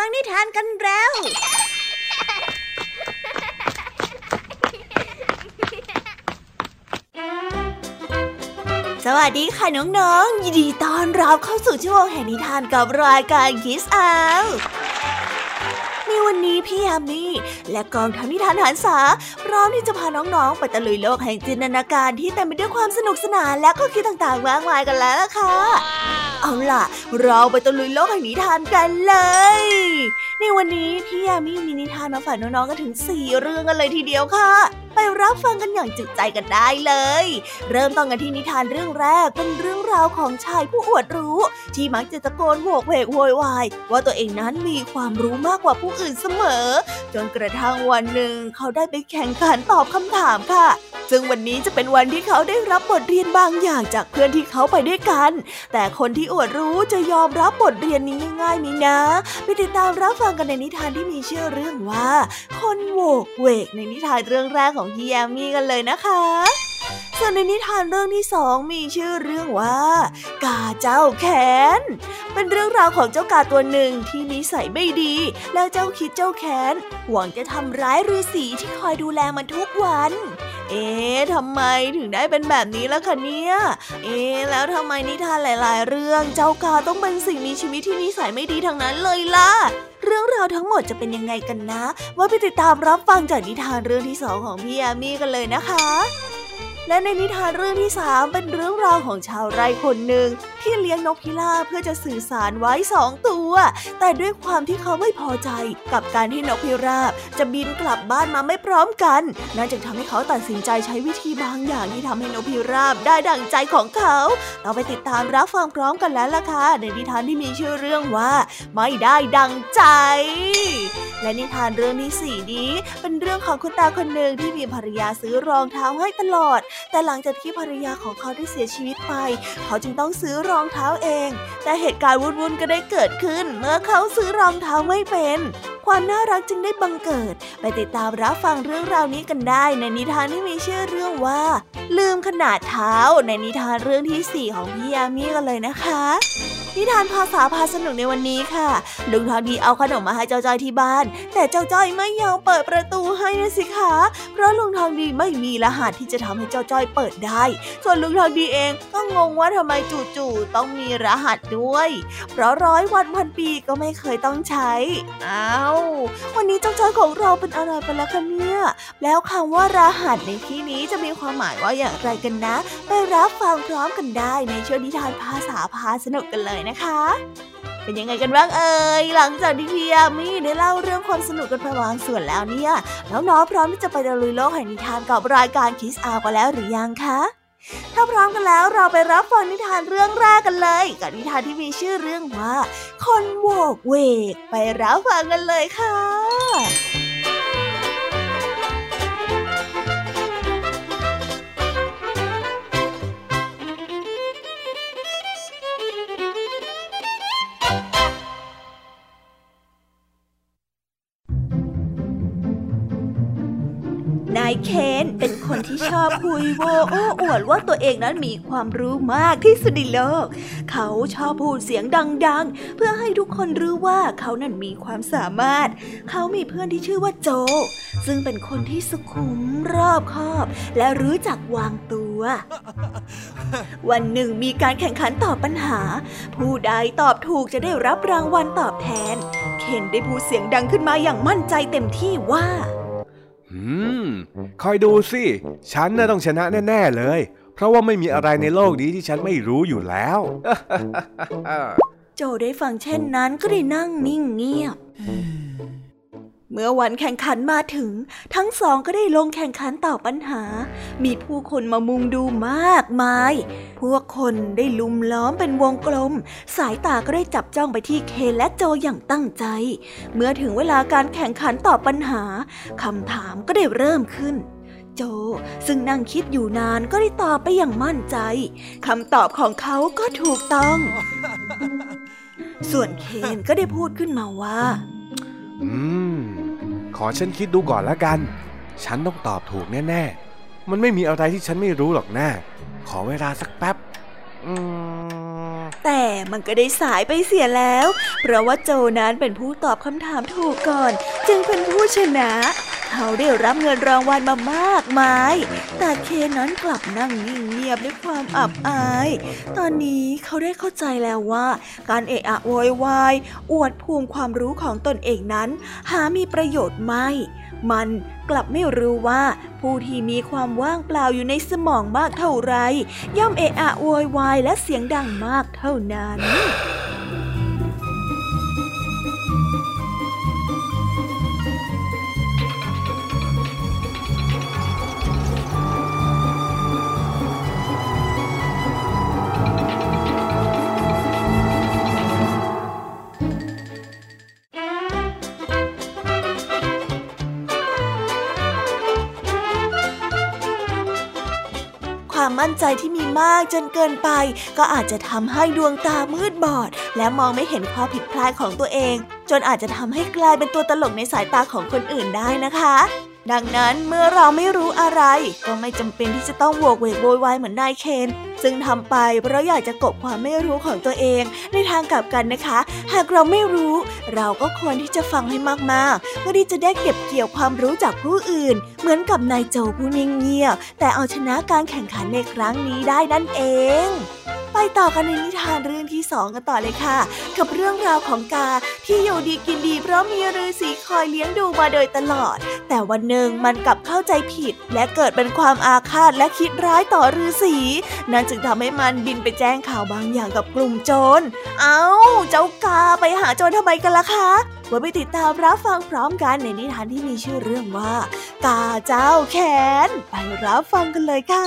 ฟังนิทานกันแล้วสวัสดีค่ะน้องๆยินดีต้อนรับเข้าสู่ชั่วโมงแห่งนิทานกับรายการ Kids Hour ในวันนี้พี่ยามีและกองทัพนิทานหันษาพร้อมที่จะพาน้องๆไปตะลุยโลกแห่งจินตนาการที่เต็มไปด้วยความสนุกสนานและข้อคิดต่างๆมากมายกันแล้วล่ะค่ะเอาล่ะเราไปตะลุยโลกแห่งนิทานกันเลยในวันนี้พี่ยามีมีนิทานมาฝากน้องๆกันถึง4เรื่องกันเลยทีเดียวค่ะไปรับฟังกันอย่างจุใจกันได้เลยเริ่มต้นกันที่นิทานเรื่องแรกเป็นเรื่องราวของชายผู้อวดรู้ที่มักจะตะโกนโวกเวกโวยวายว่าตัวเองนั้นมีความรู้มากกว่าผู้อื่นเสมอจนกระทั่งวันหนึ่งเขาได้ไปแข่งขันตอบคำถามค่ะซึ่งวันนี้จะเป็นวันที่เขาได้รับบทเรียนบางอย่างจากเพื่อนที่เขาไปด้วยกันแต่คนที่อวดรู้จะยอมรับบทเรียนนี้ง่ายๆมั้ยนะไปติดตามรับฟังกันในนิทานที่มีชื่อเรื่องว่าคนโวกเวกในนิทานเรื่องแรกของพี่แยมมี่กันเลยนะคะส่วนในนิทานเรื่องที่2มีชื่อเรื่องว่ากาเจ้าแค้นเป็นเรื่องราวของเจ้ากาตัวหนึ่งที่นิสัยไม่ดีแล้วเจ้าคิดเจ้าแค้นหวังจะทำร้ายฤาษีที่คอยดูแลมันทุกวันทำไมถึงได้เป็นแบบนี้ล่ะคะเนี่ยแล้วทำไมนิทานหลายๆเรื่องเจ้ากาต้องเป็นสิ่งมีชีวิตที่นิสัยไม่ดีทั้งนั้นเลยล่ะเรื่องราวทั้งหมดจะเป็นยังไงกันนะว่าไปติดตามรับฟังจากนิทานเรื่องที่2ของพี่ยามีกันเลยนะคะและในนิทานเรื่องที่3เป็นเรื่องราวของชาวไร่คนหนึ่งที่เลี้ยงนกพิราบเพื่อจะสื่อสารไว้2ตัวแต่ด้วยความที่เขาไม่พอใจกับการที่นกพิราบจะบินกลับบ้านมาไม่พร้อมกันนั่นจึงทำให้เขาตัดสินใจใช้วิธีบางอย่างที่ทำให้นกพิราบได้ดั่งใจของเขาเราไปติดตามรับฟังพร้อมกันแล้วล่ะค่ะในนิทานที่มีชื่อเรื่องว่าไม่ได้ดั่งใจและนิทานเรื่องที่4นี้เป็นเรื่องของคุณตาคนหนึ่งที่มีภรรยาซื้อรองเท้าให้ตลอดแต่หลังจากที่ภรรยาของเขาได้เสียชีวิตไปเขาจึงต้องซื้อรองเท้าเองแต่เหตุการณ์วุ่นๆก็ได้เกิดขึ้นเมื่อเขาซื้อรองเท้าไม่เป็นความน่ารักจึงได้บังเกิดไปติดตามรับฟังเรื่องราวนี้กันได้ในนิทานที่มีชื่อเรื่องว่าลืมขนาดเท้าในนิทานเรื่องที่4ของพี่ยามีกันเลยนะคะนิทานภาษาพาสนุกในวันนี้ค่ะลุงทองดีเอาขนมมาให้เจ้าจ้อยที่บ้านแต่เจ้าจ้อยไม่ยอมเปิดประตูให้นะสิคะเพราะลุงทองดีไม่มีรหัสที่จะทำให้เจ้าจ้อยเปิดได้ส่วนลุงทองดีเองก็งงว่าทำไมจู่ๆต้องมีรหัสด้วยเพราะ100 วันพันปีก็ไม่เคยต้องใช้วันนี้เจ้าจ้อยของเราเป็นอะไรไปแล้วคะเนี่ยแล้วคำว่ารหัสในที่นี้จะมีความหมายว่าอย่างไรกันนะไปรับฟังพร้อมกันได้ในช่วงนิทานภาษาพาสนุกกันเลยนะคะเป็นยังไงกันบ้างหลังจากที่พี่ยามีได้เล่าเรื่องความสนุกกันไปบางส่วนแล้วเนี่ยน้องๆพร้อมที่จะไปตะลุยโลกแห่งนิทานกับรายการ Kids Hour กันแล้วหรือยังคะถ้าพร้อมกันแล้วเราไปรับฟังนิทานเรื่องแรกกันเลยกับนิทานที่มีชื่อเรื่องว่าคนโวกเวกไปรับฟังกันเลยค่ะนายเคนเป็นคนที่ชอบคุยโว้โอ้อวดว่าตัวเองนั้นมีความรู้มากที่สุดในโลกเขาชอบพูดเสียงดังๆเพื่อให้ทุกคนรู้ว่าเขานั้นมีความสามารถเขามีเพื่อนที่ชื่อว่าโจซึ่งเป็นคนที่สุขุมรอบคอบและรู้จักวางตัววันหนึ่งมีการแข่งขันตอบปัญหาผู้ใดตอบถูกจะได้รับรางวัลตอบแทนเคนได้พูดเสียงดังขึ้นมาอย่างมั่นใจเต็มที่ว่าคอยดูสิฉันน่ะต้องชนะแน่ๆเลยเพราะว่าไม่มีอะไรในโลกนี้ที่ฉันไม่รู้อยู่แล้วโจได้ฟังเช่นนั้นก็ได้นั่งนิ่งเงียบเมื่อวันแข่งขันมาถึงทั้งสองก็ได้ลงแข่งขันตอบปัญหามีผู้คนมามุงดูมากมายพวกคนได้ลุมล้อมเป็นวงกลมสายตาก็ได้จับจ้องไปที่เคนและโจอย่างตั้งใจเมื่อถึงเวลาการแข่งขันตอบปัญหาคำถามก็ได้เริ่มขึ้นโจซึ่งนั่งคิดอยู่นานก็ได้ตอบไปอย่างมั่นใจคำตอบของเขาก็ถูกต้อง ส่วนเคนก็ได้พูดขึ้นมาว่าขอฉันคิดดูก่อนละกันฉันต้องตอบถูกแน่ๆมันไม่มีอะไรที่ฉันไม่รู้หรอกนะขอเวลาสักแป๊บแต่มันก็ได้สายไปเสียแล้วเพราะว่าโจนั้นเป็นผู้ตอบคำถามถูกก่อนจึงเป็นผู้ชนะเขาได้รับเงินรางวัลมามากมายแต่เคนนั้นกลับนั่งนิ่งเงียบด้วยความอับอายตอนนี้เขาได้เข้าใจแล้วว่าการเอะอะโวยวายอวดภูมิความรู้ของตนเองนั้นหามีประโยชน์ไม่มันกลับไม่รู้ว่าผู้ที่มีความว่างเปล่าอยู่ในสมองมากเท่าไรย่อมเอะอะโวยวายและเสียงดังมากเท่านั้นความมั่นใจที่มีมากจนเกินไปก็อาจจะทำให้ดวงตามืดบอดและมองไม่เห็นข้อผิดพลาดของตัวเองจนอาจจะทำให้กลายเป็นตัวตลกในสายตาของคนอื่นได้นะคะดังนั้นเมื่อเราไม่รู้อะไรก็ไม่จำเป็นที่จะต้องโวกเวกโวยวายเหมือนนายเคนซึ่งทำไปเพราะอยากจะกลบความไม่รู้ของตัวเองในทางกลับกันนะคะหากเราไม่รู้เราก็ควรที่จะฟังให้มากๆเพื่อที่จะได้เก็บเกี่ยวความรู้จากผู้อื่นเหมือนกับนายโจผู้เงียบๆแต่เอาชนะการแข่งขันในครั้งนี้ได้นั่นเองไปต่อกันในนิทานเรื่องที่2กันต่อเลยค่ะกับเรื่องราวของกาที่อยู่ดีกินดีเพราะมีฤาษีคอยเลี้ยงดูมาโดยตลอดแต่วันหนึ่งมันกลับเข้าใจผิดและเกิดเป็นความอาฆาตและคิดร้ายต่อฤาษีนั่นจึงทำให้มันบินไปแจ้งข่าวบางอย่างกับกลุ่มโจรเอ้าเจ้ากาไปหาโจรทำไมกันล่ะคะมาไปติดตามรับฟังพร้อมกันในนิทานที่มีชื่อเรื่องว่ากาเจ้าแค้นไปรับฟังกันเลยค่ะ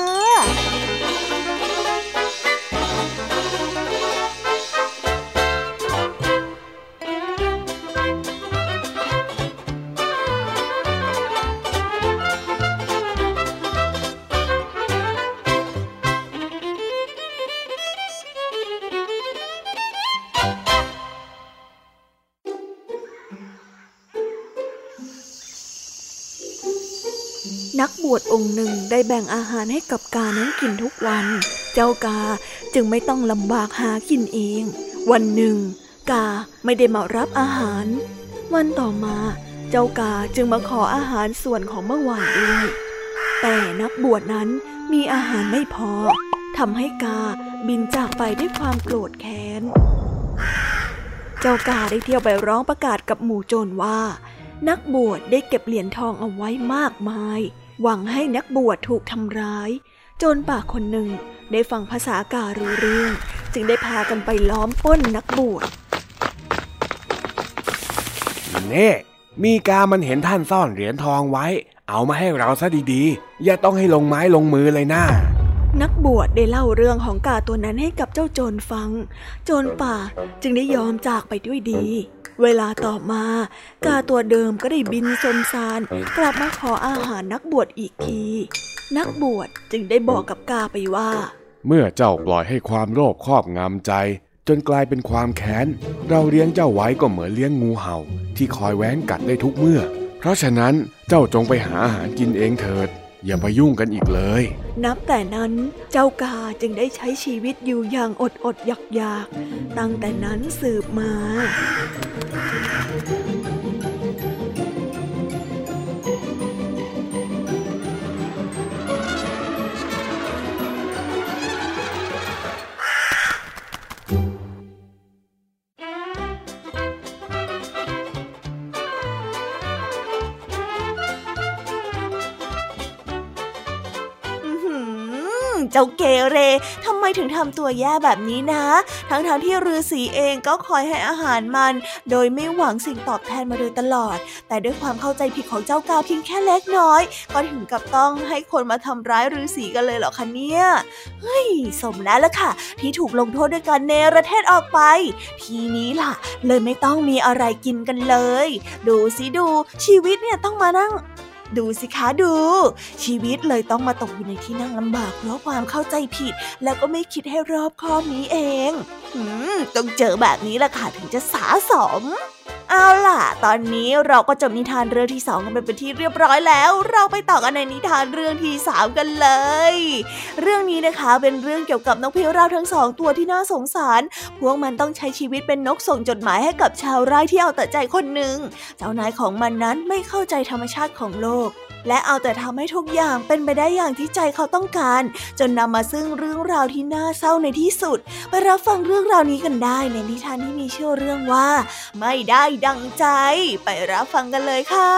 นักบวชองค์หนึ่งได้แบ่งอาหารให้กับกานั้นกินทุกวันเจ้ากาจึงไม่ต้องลำบากหากินเองวันหนึ่งกาไม่ได้มารับอาหารวันต่อมาเจ้ากาจึงมาขออาหารส่วนของเมื่อวานด้วยแต่นักบวชนั้นมีอาหารไม่พอทำให้กาบินจากไปด้วยความโกรธแค้นเจ้ากาได้เที่ยวไปร้องประกาศกับหมู่โจรว่านักบวชได้เก็บเหรียญทองเอาไว้มากมายหวังให้นักบวชถูกทำร้ายโจรป่าคนหนึ่งได้ฟังภาษาการู้เรื่องจึงได้พากันไปล้อมปล้นนักบวชนี่มีกามันเห็นท่านซ่อนเหรียญทองไว้เอามาให้เราซะดีๆอย่าต้องให้ลงไม้ลงมือเลยนะนักบวชได้เล่าเรื่องของกาตัวนั้นให้กับเจ้าโจรฟังโจรป่าจึงได้ยอมจากไปด้วยดีเวลาต่อมากาตัวเดิมก็ได้บินสมสารกลับมาขออาหารนักบวชอีกทีนักบวชจึงได้บอกกับกาไปว่าเมื่อเจ้าปล่อยให้ความโลภครอบงำใจจนกลายเป็นความแค้นเราเลี้ยงเจ้าไว้ก็เหมือนเลี้ยงงูเห่าที่คอยแว้งกัดได้ทุกเมื่อเพราะฉะนั้นเจ้าจงไปหาอาหารกินเองเถิดอย่ามายุ่งกันอีกเลยนับแต่นั้นเจ้ากาจึงได้ใช้ชีวิตอยู่อย่างอดอยากตั้งแต่นั้นสืบมาเจ้าเกเรทำไมถึงทำตัวแย่แบบนี้นะทั้งที่ฤาษีเองก็คอยให้อาหารมันโดยไม่หวังสิ่งตอบแทนมาโดยตลอดแต่ด้วยความเข้าใจผิดของเจ้ากาเพียงแค่เล็กน้อยก็ถึงกับต้องให้คนมาทำร้ายฤาษีกันเลยเหรอคะเนี่ยเฮ้ยสมแล้วล่ะค่ะที่ถูกลงโทษด้วยการเนรเทศออกไปทีนี้ล่ะเลยไม่ต้องมีอะไรกินกันเลยดูสิดูชีวิตเนี่ยต้องมานั่งดูสิคะดูชีวิตเลยต้องมาตกอยู่ในที่นั่งลำบากเพราะความเข้าใจผิดแล้วก็ไม่คิดให้รอบคอบนี้เองต้องเจอแบบนี้ล่ะค่ะถึงจะสะสมเอาล่ะตอนนี้เราก็จบนิทานเรื่องที่2กันไปเป็นที่เรียบร้อยแล้วเราไปต่อกันในนิทานเรื่องที่3กันเลยเรื่องนี้นะคะเป็นเรื่องเกี่ยวกับนกพิราบทั้ง2ตัวที่น่าสงสารพวกมันต้องใช้ชีวิตเป็นนกส่งจดหมายให้กับชาวไร่ที่เอาแต่ใจคนหนึ่งเจ้านายของมันนั้นไม่เข้าใจธรรมชาติของโลกและเอาแต่ทำให้ทุกอย่างเป็นไปได้อย่างที่ใจเขาต้องการจนนำมาซึ่งเรื่องราวที่น่าเศร้าในที่สุดไปรับฟังเรื่องราวนี้กันได้ในนิทานที่มีชื่อเรื่องว่าไม่ได้ดังใจไปรับฟังกันเลยค่ะ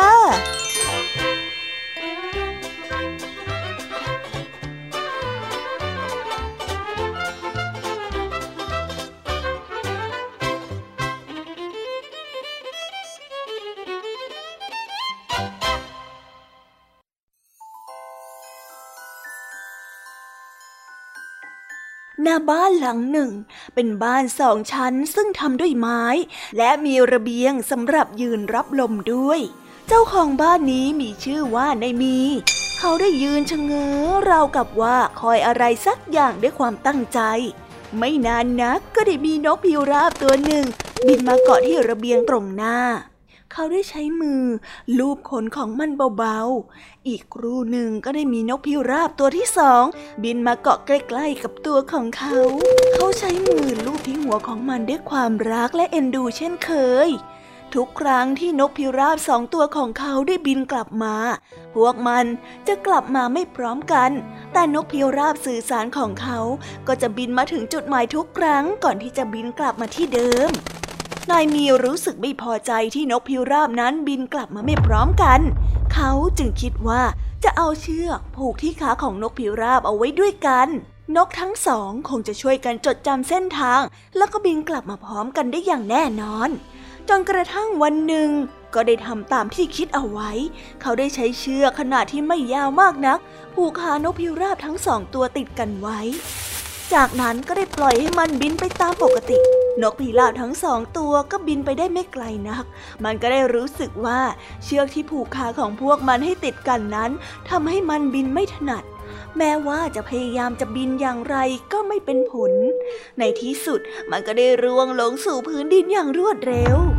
หน้าบ้านหลังหนึ่งเป็นบ้าน2 ชั้นซึ่งทำด้วยไม้และมีระเบียงสำหรับยืนรับลมด้วยเจ้าของบ้านนี้มีชื่อว่านายมีเขาได้ยืนชะเง้อราวกับว่าคอยอะไรสักอย่างด้วยความตั้งใจไม่นานนักก็ได้มีนกพิราบตัวหนึ่งบินมาเกาะที่ระเบียงตรงหน้าเขาได้ใช้มือลูบขนของมันเบาๆอีกครู่หนึ่งก็ได้มีนกพิราบตัวที่2บินมาเกาะใกล้ๆกับตัวของเขาใช้มือลูบที่หัวของมันด้วยความรักและเอ็นดูเช่นเคยทุกครั้งที่นกพิราบ2 ตัวของเขาได้บินกลับมาพวกมันจะกลับมาไม่พร้อมกันแต่นกพิราบสื่อสารของเขาก็จะบินมาถึงจุดหมายทุกครั้งก่อนที่จะบินกลับมาที่เดิมนายมีรู้สึกไม่พอใจที่นกพิราบนั้นบินกลับมาไม่พร้อมกันเขาจึงคิดว่าจะเอาเชือกผูกที่ขาของนกพิราบเอาไว้ด้วยกันนกทั้ง2คงจะช่วยกันจดจำเส้นทางแล้วก็บินกลับมาพร้อมกันได้อย่างแน่นอนจนกระทั่งวันหนึ่งก็ได้ทำตามที่คิดเอาไว้เขาได้ใช้เชือกขนาดที่ไม่ยาวมากนักผูกขานกพิราบทั้ง2 ตัวติดกันไว้จากนั้นก็ได้ปล่อยให้มันบินไปตามปกตินกพิราบทั้ง2 ตัวก็บินไปได้ไม่ไกลนักมันก็ได้รู้สึกว่าเชือกที่ผูกขาของพวกมันให้ติดกันนั้นทำให้มันบินไม่ถนัดแม้ว่าจะพยายามจะบินอย่างไรก็ไม่เป็นผลในที่สุดมันก็ได้ร่วงลงสู่พื้นดินอย่างรวดเร็ว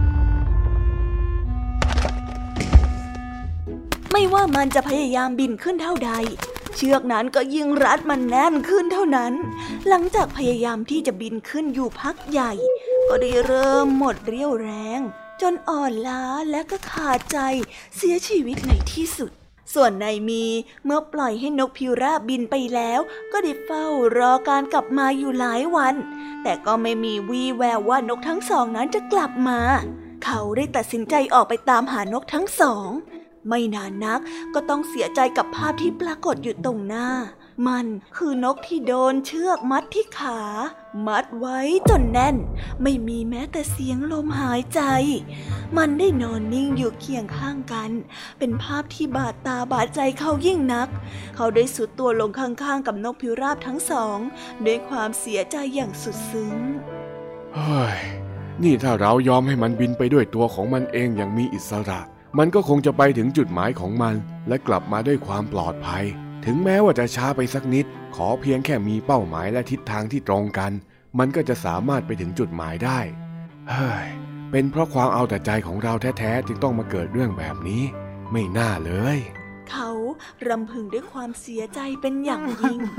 ไม่ว่ามันจะพยายามบินขึ้นเท่าใดเชือกนั้นก็ยิ่งรัดมันแน่นขึ้นเท่านั้นหลังจากพยายามที่จะบินขึ้นอยู่พักใหญ่ก็ได้เริ่มหมดเรี่ยวแรงจนอ่อนล้าและก็ขาดใจเสียชีวิตในที่สุดส่วนนายมีเมื่อปล่อยให้นกพิราบบินไปแล้วก็ได้เฝ้ารอการกลับมาอยู่หลายวันแต่ก็ไม่มีวี่แววว่านกทั้ง2นั้นจะกลับมาเขาได้ตัดสินใจออกไปตามหานกทั้ง2ไม่นานนักก็ต้องเสียใจกับภาพที่ปรากฏอยู่ตรงหน้ามันคือนกที่โดนเชือกมัดที่ขามัดไว้จนแน่นไม่มีแม้แต่เสียงลมหายใจมันได้นอนนิ่งอยู่เคียงข้างกันเป็นภาพที่บาดตาบาดใจเขายิ่งนักเขาได้สุดตัวลงข้างๆกับนกพิราบทั้ง2ด้วยความเสียใจอย่างสุดซึ้งเฮ้ยนี่ถ้าเรายอมให้มันบินไปด้วยตัวของมันเองอย่างมีอิสระมันก็คงจะไปถึงจุดหมายของมันและกลับมาด้วยความปลอดภัยถึงแม้ว่าจะช้าไปสักนิดขอเพียงแค่มีเป้าหมายและทิศทางที่ตรงกันมันก็จะสามารถไปถึงจุดหมายได้เฮ้ยเป็นเพราะความเอาแต่ใจของเราแท้ๆจึงต้องมาเกิดเรื่องแบบนี้ไม่น่าเลยเขารำพึงด้วยความเสียใจเป็นอย่างยิ่ง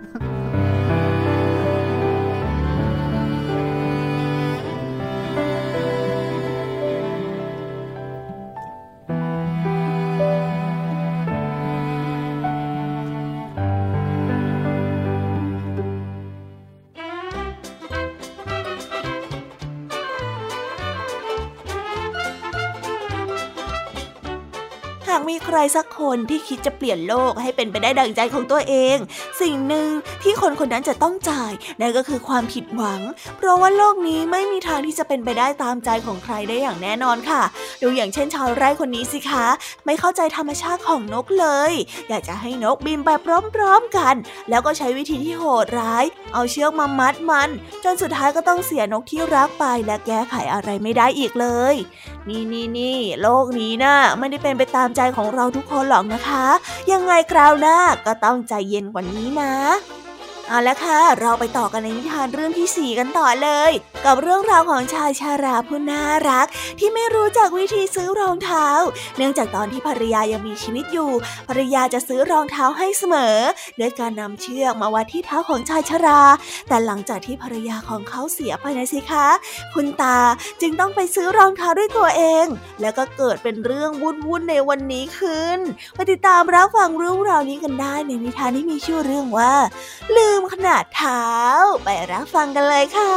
หากมีใครสักคนที่คิดจะเปลี่ยนโลกให้เป็นไปได้ดังใจของตัวเองสิ่งหนึ่งที่คนคนนั้นจะต้องจ่ายนั่นก็คือความผิดหวังเพราะว่าโลกนี้ไม่มีทางที่จะเป็นไปได้ตามใจของใครได้อย่างแน่นอนค่ะดูอย่างเช่นชาวไร่คนนี้สิคะไม่เข้าใจธรรมชาติของนกเลยอยากจะให้นกบินไปพร้อมๆกันแล้วก็ใช้วิธีที่โหดร้ายเอาเชือกมามัดมันจนสุดท้ายก็ต้องเสียนกที่รักไปและแก้ไขอะไรไม่ได้อีกเลยนี่โลกนี้น่ะไม่ได้เป็นไปตามใจของเราทุกคนหรอกนะคะยังไงคราวหน้าก็ต้องใจเย็นกว่านี้นะเอาละค่ะเราไปต่อกันในนิทานเรื่องที่4กันต่อเลยกับเรื่องราวของชายชราผู้น่ารักที่ไม่รู้จักวิธีซื้อรองเท้าเนื่องจากตอนที่ภรรยายังมีชีวิตอยู่ภรรยาจะซื้อรองเท้าให้เสมอด้วยการนำเชือกมาวัดที่เท้าของชายชราแต่หลังจากที่ภรรยาของเขาเสียไปนะสิคะคุณตาจึงต้องไปซื้อรองเท้าด้วยตัวเองแล้วก็เกิดเป็นเรื่องวุ่นๆในวันนี้ขึ้นไปติดตามรับฟังเรื่องราวนี้กันได้ในนิทานที่มีชื่อเรื่องว่าลืมขนาดเท้าไปรับฟังกันเลยค่ะ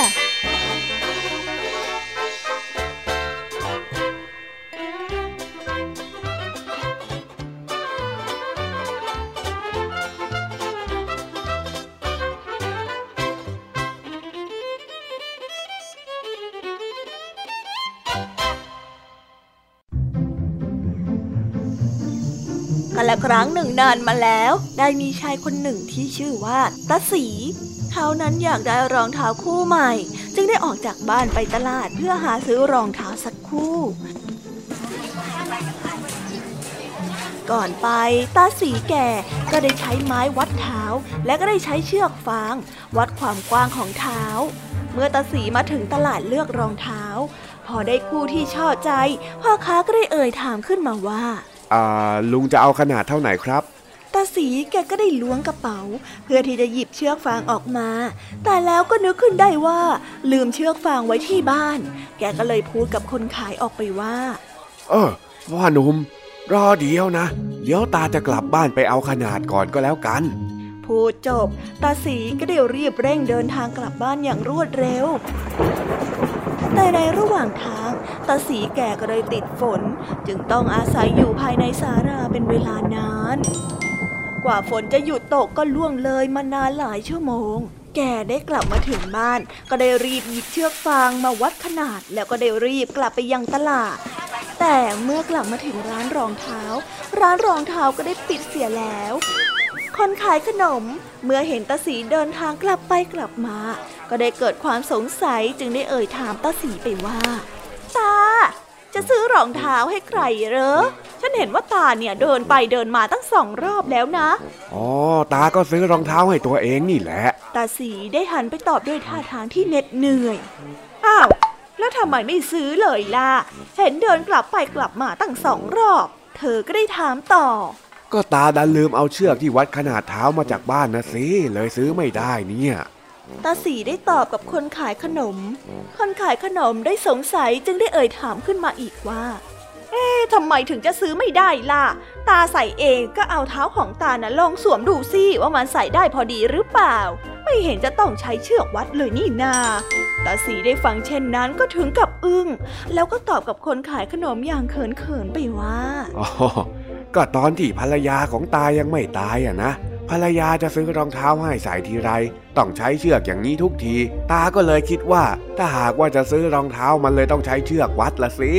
กาลครั้งหนึ่งนานมาแล้วได้มีชายคนหนึ่งที่ชื่อว่าตาสีเขานั้นอยากได้รองเท้าคู่ใหม่จึงได้ออกจากบ้านไปตลาดเพื่อหาซื้อรองเท้าสักคู่ก่อนไปตาสีแก่ก็ได้ใช้ไม้วัดเท้าและก็ได้ใช้เชือกฟางวัดความกว้างของเท้าเมื่อตาสีมาถึงตลาดเลือกรองเท้าพอได้คู่ที่ชอบใจพ่อค้าก็ได้เอ่ยถามขึ้นมาว่าลุงจะเอาขนาดเท่าไหนครับตาสีแกก็ได้ล้วงกระเป๋าเพื่อที่จะหยิบเชือกฟางออกมาแต่แล้วก็นึกขึ้นได้ว่าลืมเชือกฟางไว้ที่บ้านแกก็เลยพูดกับคนขายออกไปว่าพ่อหนุ่มรอเดี๋ยวนะเดี๋ยวตาจะกลับบ้านไปเอาขนาดก่อนก็แล้วกันพูดจบตาสีก็ได้รีบเร่งเดินทางกลับบ้านอย่างรวดเร็วแต่ในระหว่างทางตาสีแก่ก็เลยติดฝนจึงต้องอาศัยอยู่ภายในศาลาเป็นเวลานานกว่าฝนจะหยุดตกก็ล่วงเลยมานานหลายชั่วโมงแก่ได้กลับมาถึงบ้านก็ได้รีบหยิบเชือกฟางมาวัดขนาดแล้วก็ได้รีบกลับไปยังตลาดแต่เมื่อกลับมาถึงร้านรองเท้าก็ได้ปิดเสียแล้วคนขายขนมเมื่อเห็นตาสีเดินทางกลับไปกลับมาก็ได้เกิดความสงสัยจึงได้เอ่ยถามตาสีไปว่าตาจะซื้อรองเท้าให้ใครเหรอฉันเห็นว่าตาเนี่ยเดินไปเดินมาตั้ง2 รอบแล้วนะตาก็ซื้อรองเท้าให้ตัวเองนี่แหละตาสีได้หันไปตอบด้วยท่าทางที่เหน็ดเหนื่อยอ้าวแล้วทำไมไม่ซื้อเลยล่ะเห็นเดินกลับไปกลับมาตั้ง2 รอบเธอก็ได้ถามต่อก็ตาดันลืมเอาเชือกที่วัดขนาดเท้ามาจากบ้านนะสิเลยซื้อไม่ได้เนี่ยตาสีได้ตอบกับคนขายขนมคนขายขนมได้สงสัยจึงได้เอ่ยถามขึ้นมาอีกว่าทำไมถึงจะซื้อไม่ได้ล่ะตาใส่เองก็เอาเท้าของตาน่ะลองสวมดูสิว่ามันใส่ได้พอดีหรือเปล่าไม่เห็นจะต้องใช้เชือกวัดเลยนี่นาตาสีได้ฟังเช่นนั้นก็ถึงกับอึ้งแล้วก็ตอบกับคนขายขนมอย่างเขินๆไปว่าก็ตอนที่ภรรยาของตายังไม่ตายนะภรรยาจะซื้อรองเท้าให้ใส่ทีไรต้องใช้เชือกอย่างนี้ทุกทีตาก็เลยคิดว่าถ้าหากว่าจะซื้อรองเท้ามันเลยต้องใช้เชือกวัดละสิ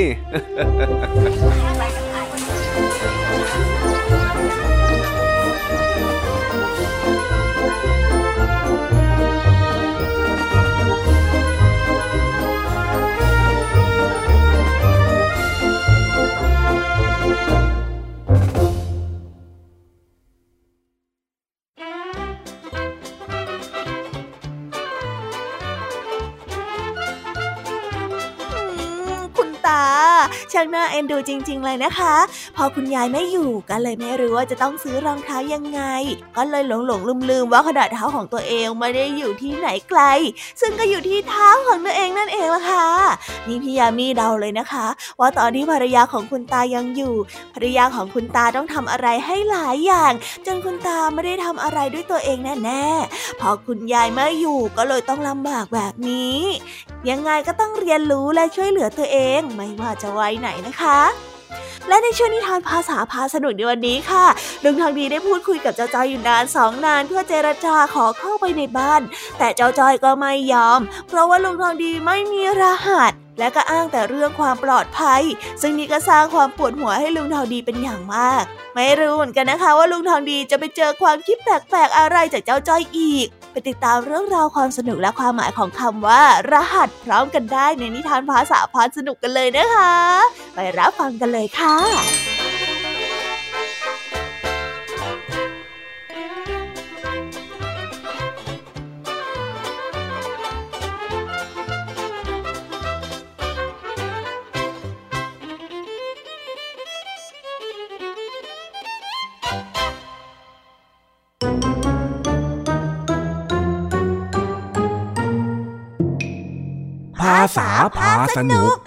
ช่างน่าเอ็นดูจริงๆเลยนะคะพอคุณยายไม่อยู่ก็เลยไม่รู้ว่าจะต้องซื้อรองเท้ายังไงก็เลยหลงลืมว่าขนาดเท้าของตัวเองไม่ได้อยู่ที่ไหนไกลซึ่งก็อยู่ที่เท้าของตัวเองนั่นเองล่ะค่ะนี่พี่ยามีเดาเลยนะคะว่าตอนที่ภรรยาของคุณตายังอยู่ภรรยาของคุณตาต้องทำอะไรให้หลายอย่างจนคุณตาไม่ได้ทำอะไรด้วยตัวเองแน่ๆพอคุณยายไม่อยู่ก็เลยต้องลำบากแบบนี้ยังไงก็ต้องเรียนรู้และช่วยเหลือตัวเองไม่ว่าจะวัยไหนนะคะและในช่วงนิทานภาษาพาสนุกในวันนี้ค่ะลุงทองดีได้พูดคุยกับเจ้าจ้อยอยู่นาน2 นานเพื่อเจรจาขอเข้าไปในบ้านแต่เจ้าจ้อยก็ไม่ยอมเพราะว่าลุงทองดีไม่มีรหัสและก็อ้างแต่เรื่องความปลอดภัยซึ่งนี่ก็สร้างความปวดหัวให้ลุงทองดีเป็นอย่างมากไม่รู้เหมือนกันนะคะว่าลุงทองดีจะไปเจอความคิดแปลกๆอะไรจากเจ้าจ้อยอีกไปติดตามเรื่องราวความสนุกและความหมายของคำว่ารหัสพร้อมกันได้ในนิทานภาษาพาสนุกกันเลยนะคะไปรับฟังกันเลยค่ะภาษาพาสนุก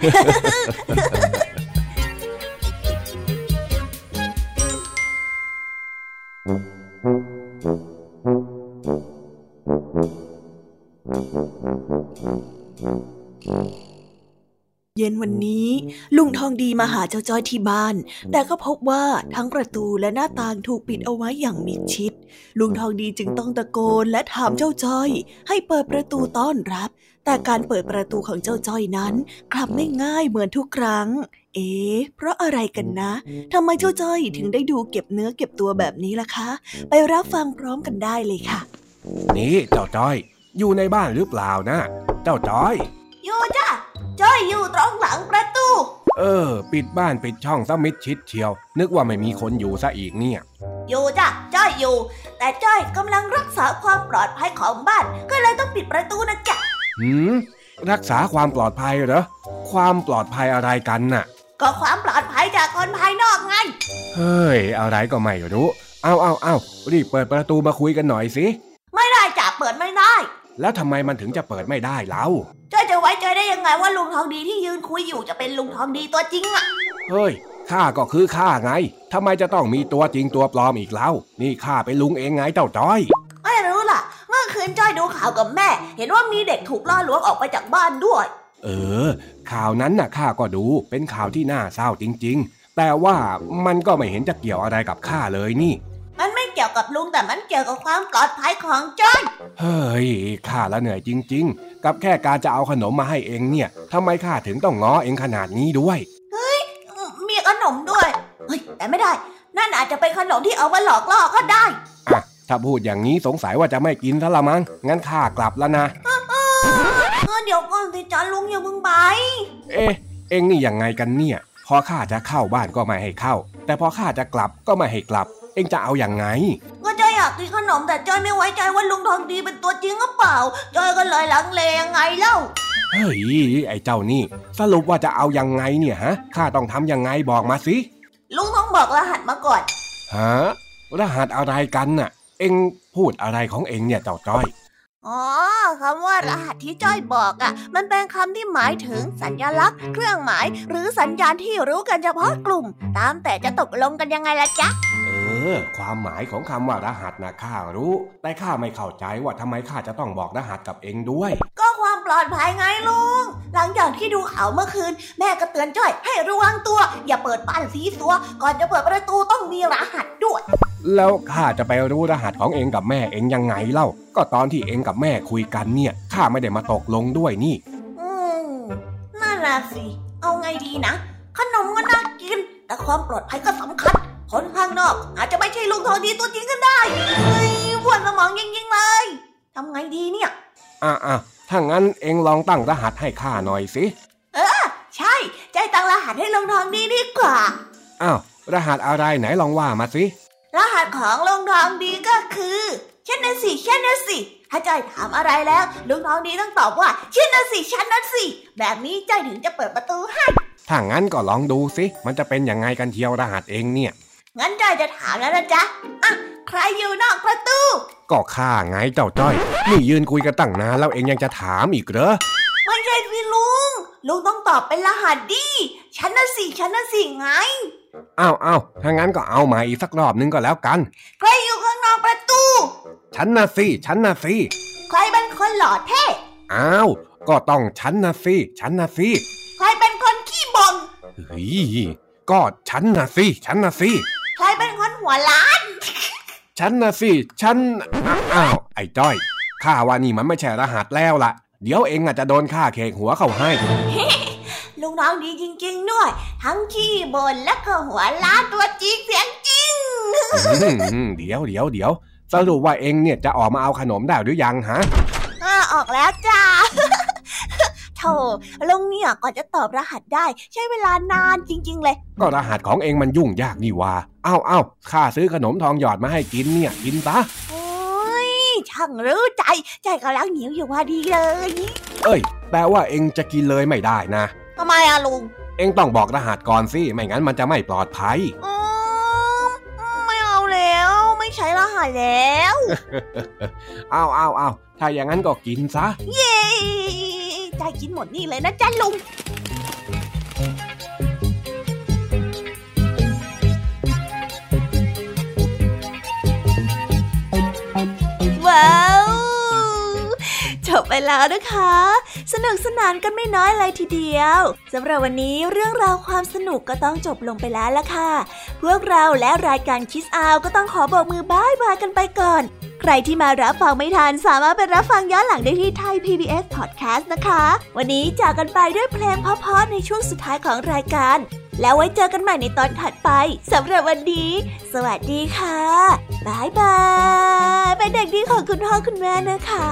เย็นวันนี้ลุงทองดีมาหาเจ้าจ้อยที่บ้านแต่ก็พบว่าทั้งประตูและหน้าต่างถูกปิดเอาไว้อย่างมิดชิดลุงทองดีจึงต้องตะโกนและถามเจ้าจ้อยให้เปิดประตูต้อนรับแต่การเปิดประตูของเจ้าจ้อยนั้นกลับไม่ง่ายเหมือนทุกครั้งเพราะอะไรกันนะทำไมเจ้าจ้อยถึงได้ดูเก็บเนื้อเก็บตัวแบบนี้ล่ะคะไปรับฟังพร้อมกันได้เลยค่ะนี่เจ้าจ้อยอยู่ในบ้านหรือเปล่านะเจ้าจ้อยอยู่จ้ะจ้อยอยู่ตรงหลังประตูปิดบ้านปิดช่องซะมิดชิดเชียวนึกว่าไม่มีคนอยู่ซะอีกเนี่ยอยู่จ้ะจ้อยอยู่แต่จ้อยกำลังรักษาความปลอดภัยของบ้านก็เลยต้องปิดประตูนะจ๊ะรักษาความปลอดภัยเหรอความปลอดภัยอะไรกันน่ะก็ความปลอดภัยจากคนภายนอกไงเฮ้ยอะไรก็ไม่รู้เอารีบเปิดประตูมาคุยกันหน่อยสิไม่ได้จ้ะเปิดไม่ได้แล้วทำไมมันถึงจะเปิดไม่ได้เล่าจ้อยจะไว้ใจได้ยังไงว่าลุงทองดีที่ยืนคุยอยู่จะเป็นลุงทองดีตัวจริงอ่ะเฮ้ยข้าก็คือข้าไงทำไมจะต้องมีตัวจริงตัวปลอมอีกเล่านี่ข้าเป็นลุงเองไงเจ้าจ้อยไม่รู้ล่ะเมื่อคืนจ้อยดูข่าวกับแม่เห็นว่ามีเด็กถูกล่อลวงออกไปจากบ้านด้วยข่าวนั้นน่ะข้าก็ดูเป็นข่าวที่น่าเศร้าจริงๆแต่ว่ามันก็ไม่เห็นจะเกี่ยวอะไรกับข้าเลยนี่มันไม่เกี่ยวกับลุงแต่มันเกี่ยวกับความปลอดภัยของจ้อยเฮ้ยข้าละเหนื่อยจริงๆกับแค่การจะเอาขนมมาให้เองเนี่ยทำไมข้าถึงต้องง้อเองขนาดนี้ด้วยเฮ้ยมีขนมด้วยเฮ้ยแต่ไม่ได้นั่นอาจจะเป็นขนมที่เอามาหลอกล่อก็ได้ถ้าพูดอย่างนี้สงสัยว่าจะไม่กินซะละมั้งงั้นข้ากลับแล้วนะเดี๋ยวก่อนสิจ้าลุงอย่าเพิ่งไปเอ็งนี่ยังไงกันเนี่ยพอข้าจะเข้าบ้านก็ไม่ให้เข้าแต่พอข้าจะกลับก็ไม่ให้กลับเอ็งจะเอาอย่างไงก็จ้อยอยากกินขนมแต่จ้อยไม่ไว้ใจว่าลุงทองดีเป็นตัวจริงหรือเปล่าจ้อยก็เลยลังเลยังไงเล่าเฮ้ยไอ้เจ้านี่สรุปว่าจะเอายังไงเนี่ยฮะข้าต้องทำยังไงบอกมาสิลุงต้องบอกรหัสมาก่อนฮะรหัสอะไรกันน่ะเอ็งพูดอะไรของเอ็งเนี่ยเจ้าจ้อยคำว่ารหัสที่จ้อยบอกมันเป็นคำที่หมายถึงสัญลักษณ์เครื่องหมายหรือสัญญาณที่รู้กันเฉพาะกลุ่มตามแต่จะตกลงกันยังไงล่ะจ๊ะความหมายของคำว่ารหัสนะข้ารู้แต่ข้าไม่เข้าใจว่าทำไมข้าจะต้องบอกรหัสกับเอ็งด้วยก็ความปลอดภัยไงลุงหลังจากที่ดูข่าวเมื่อคืนแม่ก็เตือนจ้อยให้ระวังตัวอย่าเปิดบ้านซีซัวก่อนจะเปิดประตูต้องมีรหัสด้วยแล้วข้าจะไปรู้รหัสของเอ็งกับแม่เอ็งยังไงเล่าก็ตอนที่เอ็งกับแม่คุยกันเนี่ยข้าไม่ได้มาตกลงด้วยนี่นั่นแหละสิเอาไงดีนะขนมก็น่ากินแต่ความปลอดภัยก็สำคัญคนข้างนอกอาจจะไม่ใช่ลุงทองดีตัวจริงก็ได้ปวดสมองยิ่งๆเลยทำไงดีเนี่ยถ้างั้นเอ็งลองตั้งรหัสให้ข้าหน่อยสิใช่ใจตั้งรหัสให้ลุงทองดีดีกว่าอ้าวรหัสอะไรไหนลองว่ามาสิรหัสของลุงทองดีก็คือฉันน่ะสิถ้าจ้อยถามอะไรแล้วลุงทองดีต้องตอบว่าฉันน่ะสิแบบนี้จ้อยถึงจะเปิดประตูให้ถ้างั้นก็ลองดูสิมันจะเป็นยังไงกันเทียวรหัสเองเนี่ยงั้นจ้อยจะถามแล้วนะจ๊ะใครอยู่นอกประตูก็ข้าไงเจ้าจ้อยนี่ยืนคุยกันตั้งนานแล้วเองยังจะถามอีกเหรอไม่ใช่สิลุงต้องตอบเป็นรหัสดิฉันน่ะสิไงอ้าวถ้างั้นก็เอาใหม่อีกสักรอบนึงก็แล้วกันใครอยู่ข้างนอกประตูฉันน่ะสิใครเป็นคนหล่อเท่อ้าวก็ต้องฉันน่ะสิใครเป็นคนขี้บ่นเฮ้ยก็ฉันน่ะสิใครเป็นคนหัวล้านฉันน่ะสิอ้าวไอ้จ้อยข้าว่านี่มันไม่ใช่รหัสแล้วล่ะเดี๋ยวเองอาจจะโดนข้าเคกหัวเข้าให้ลุงน้องดีจริงๆด้วยทั้งขี้บ่นและก็หัวล้านตัวจริงเสียงจริงเดี๋ยวสรุปว่าเองเนี่ยจะออกมาเอาขนมได้หรือยังฮะออกแล้วจ้าโธ่ลุงเนี่ยก่อนจะตอบรหัสได้ใช้เวลานานจริงๆเลยก็รหัสของเองมันยุ่งยากนี่ว่าเอ้าข้าซื้อขนมทองหยอดมาให้กินเนี่ยกินซะช่างรู้ใจกำลังหิวอยู่พอดีเลยแต่ว่าเองจะกินเลยไม่ได้นะทำไมลุงเองต้องบอกรหัสก่อนสิไม่งั้นมันจะไม่ปลอดภัยไม่เอาแล้วไม่ใช้รหัสแล้วเอาถ้าอย่างนั้นก็กินซะเย้ใจกินหมดนี่เลยนะจ๊ะลุงว้าวจบไปแล้วนะคะสนุกสนานกันไม่น้อยเลยทีเดียวสำหรับวันนี้เรื่องราวความสนุกก็ต้องจบลงไปแล้วล่ะค่ะพวกเราและรายการ Kids Out ก็ต้องขอโบกมือบ๊ายบายกันไปก่อนใครที่มารับฟังไม่ทันสามารถไปรับฟังย้อนหลังได้ที่ Thai PBS Podcast นะคะวันนี้จากกันไปด้วยเพลงเพราะๆในช่วงสุดท้ายของรายการแล้วไว้เจอกันใหม่ในตอนถัดไปสำหรับวันนี้สวัสดีค่ะบ๊ายบายเป็นเด็กดีของคุณพ่อคุณแม่นะคะ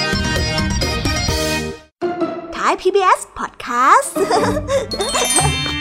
Thai PBS Podcast